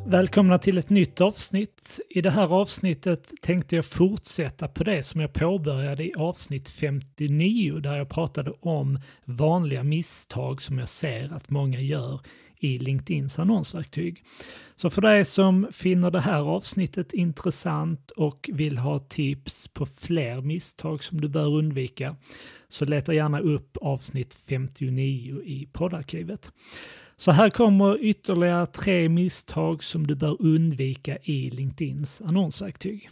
Välkomna till ett nytt avsnitt. I det här avsnittet tänkte jag fortsätta på det som jag påbörjade i avsnitt 59 där jag pratade om vanliga misstag som jag ser att många gör i LinkedIns annonsverktyg. Så för dig som finner det här avsnittet intressant och vill ha tips på fler misstag som du bör undvika så leta gärna upp avsnitt 59 i poddarkivet. Så här kommer ytterligare 3 misstag som du bör undvika i LinkedIns annonsverktyg.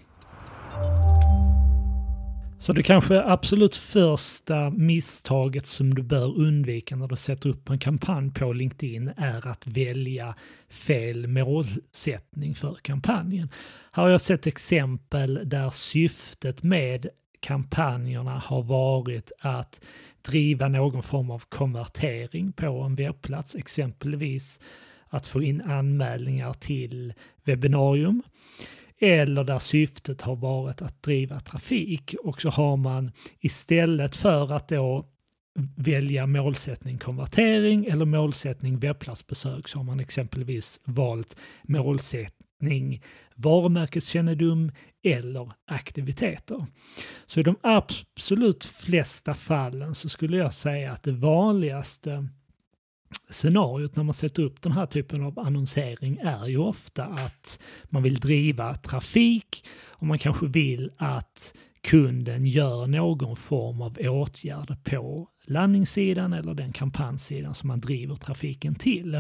Så det kanske absolut första misstaget som du bör undvika när du sätter upp en kampanj på LinkedIn är att välja fel målsättning för kampanjen. Här har jag sett exempel där syftet med kampanjerna har varit att driva någon form av konvertering på en webbplats, exempelvis att få in anmälningar till webbinarium, eller där syftet har varit att driva trafik, och så har man istället för att då välja målsättning konvertering eller målsättning webbplatsbesök så har man exempelvis valt målsättning varumärkeskännedom eller aktiviteter. Så i de absolut flesta fallen så skulle jag säga att det vanligaste scenariot när man sätter upp den här typen av annonsering är ju ofta att man vill driva trafik och man kanske vill att kunden gör någon form av åtgärd på landningssidan eller den kampanjsidan som man driver trafiken till.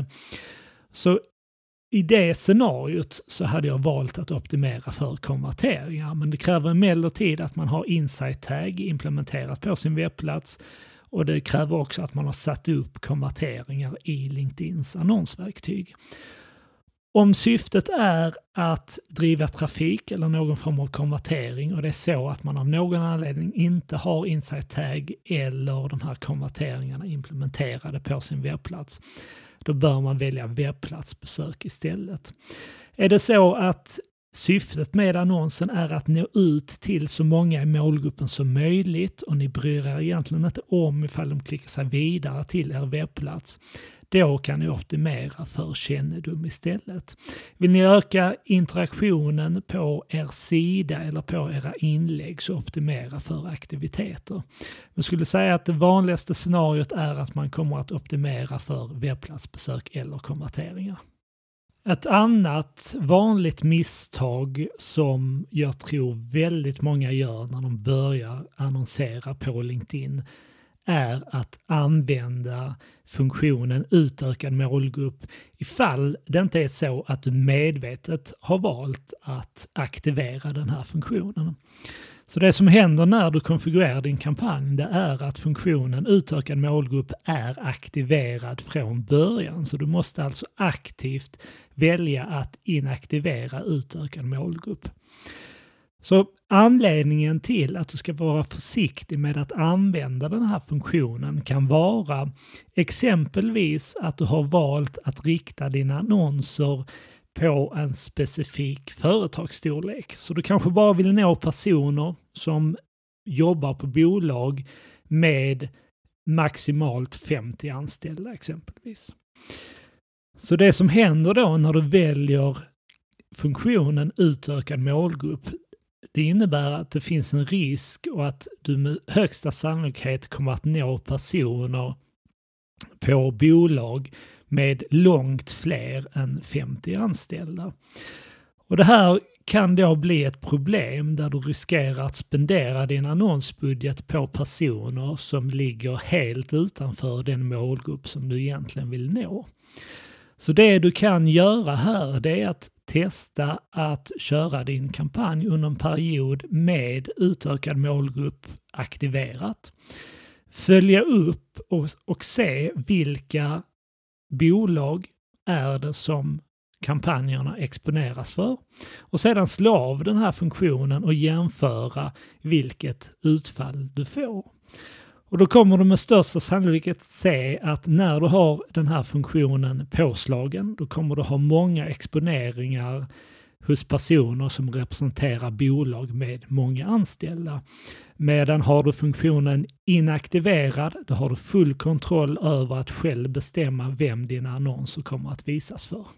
Så i det scenariot så hade jag valt att optimera för konverteringar, men det kräver emellertid att man har insight tag implementerat på sin webbplats och det kräver också att man har satt upp konverteringar i LinkedIns annonsverktyg. Om syftet är att driva trafik eller någon form av konvertering och det är så att man av någon anledning inte har insight tag eller de här konverteringarna implementerade på sin webbplats, då bör man välja webbplatsbesök istället. Är det så att syftet med annonsen är att nå ut till så många i målgruppen som möjligt och ni bryr er egentligen inte om ifall de klickar sig vidare till er webbplats, då kan ni optimera för kännedom istället. Vill ni öka interaktionen på er sida eller på era inlägg så optimera för aktiviteter. Jag skulle säga att det vanligaste scenariot är att man kommer att optimera för webbplatsbesök eller konverteringar. Ett annat vanligt misstag som jag tror väldigt många gör när de börjar annonsera på LinkedIn är att använda funktionen utökad målgrupp ifall det inte är så att du medvetet har valt att aktivera den här funktionen. Så det som händer när du konfigurerar din kampanj det är att funktionen utökad målgrupp är aktiverad från början. Så du måste alltså aktivt välja att inaktivera utökad målgrupp. Så anledningen till att du ska vara försiktig med att använda den här funktionen kan vara exempelvis att du har valt att rikta dina annonser på en specifik företagsstorlek. Så du kanske bara vill nå personer som jobbar på bolag med maximalt 50 anställda exempelvis. Så det som händer då när du väljer funktionen utökad målgrupp, det innebär att det finns en risk och att du med högsta sannolikhet kommer att nå personer på bolag med långt fler än 50 anställda. Och det här kan då bli ett problem där du riskerar att spendera din annonsbudget på personer som ligger helt utanför den målgrupp som du egentligen vill nå. Så det du kan göra här det är att testa att köra din kampanj under en period med utökad målgrupp aktiverat. Följa upp och se vilka bolag är det som kampanjerna exponeras för. Och sedan slå av den här funktionen och jämföra vilket utfall du får. Och då kommer du med största sannolikhet se att när du har den här funktionen påslagen, då kommer du ha många exponeringar hos personer som representerar bolag med många anställda. Medan har du funktionen inaktiverad, då har du full kontroll över att själv bestämma vem dina annonser kommer att visas för.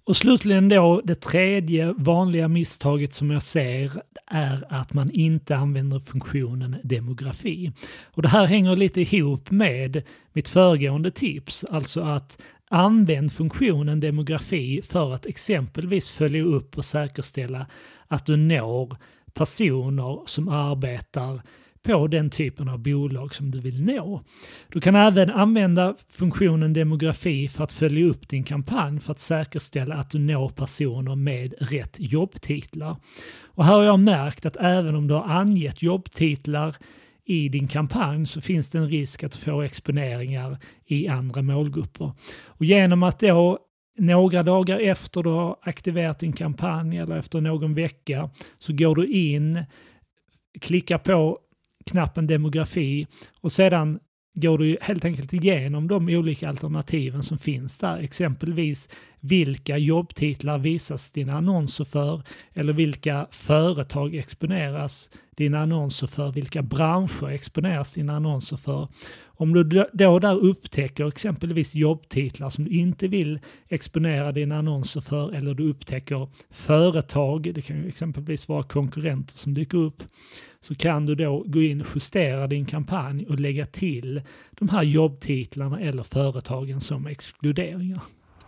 Och slutligen då, det tredje vanliga misstaget som jag ser är att man inte använder funktionen demografi. Och det här hänger lite ihop med mitt föregående tips, alltså att använd funktionen demografi för att exempelvis följa upp och säkerställa att du når personer som arbetar på den typen av bolag som du vill nå. Du kan även använda funktionen demografi för att följa upp din kampanj för att säkerställa att du når personer med rätt jobbtitlar. Och här har jag märkt att även om du har angett jobbtitlar i din kampanj så finns det en risk att du får exponeringar i andra målgrupper. Och genom att då några dagar efter du har aktiverat din kampanj eller efter någon vecka så går du in, klickar på knappen demografi och sedan går du helt enkelt igenom de olika alternativen som finns där. Exempelvis vilka jobbtitlar visas dina annonser för eller vilka företag exponeras dina annonser för, vilka branscher exponeras dina annonser för. Om du då där upptäcker exempelvis jobbtitlar som du inte vill exponera dina annonser för eller du upptäcker företag, det kan ju exempelvis vara konkurrenter som dyker upp, så kan du då gå in och justera din kampanj och lägga till de här jobbtitlarna eller företagen som exkluderingar.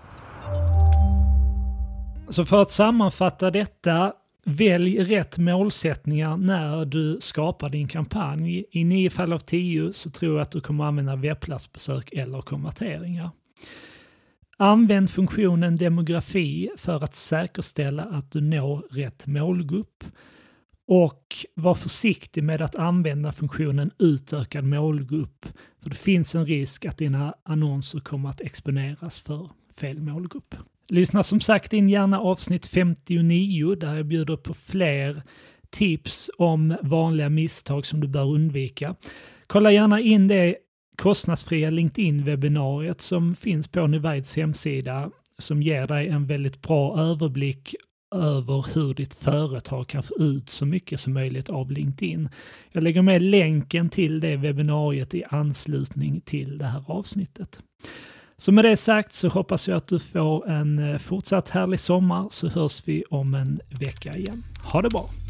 Så för att sammanfatta detta, välj rätt målsättningar när du skapar din kampanj. I 9 fall av 10 så tror jag att du kommer använda webbplatsbesök eller konverteringar. Använd funktionen demografi för att säkerställa att du når rätt målgrupp. Och var försiktig med att använda funktionen utökad målgrupp. För det finns en risk att dina annonser kommer att exponeras för fel målgrupp. Lyssna som sagt in gärna avsnitt 59 där jag bjuder på fler tips om vanliga misstag som du bör undvika. Kolla gärna in det kostnadsfria LinkedIn-webbinariet som finns på Nivides hemsida som ger dig en väldigt bra överblick över hur ditt företag kan få ut så mycket som möjligt av LinkedIn. Jag lägger med länken till det webbinariet i anslutning till det här avsnittet. Så med det sagt så hoppas jag att du får en fortsatt härlig sommar så hörs vi om en vecka igen. Ha det bra!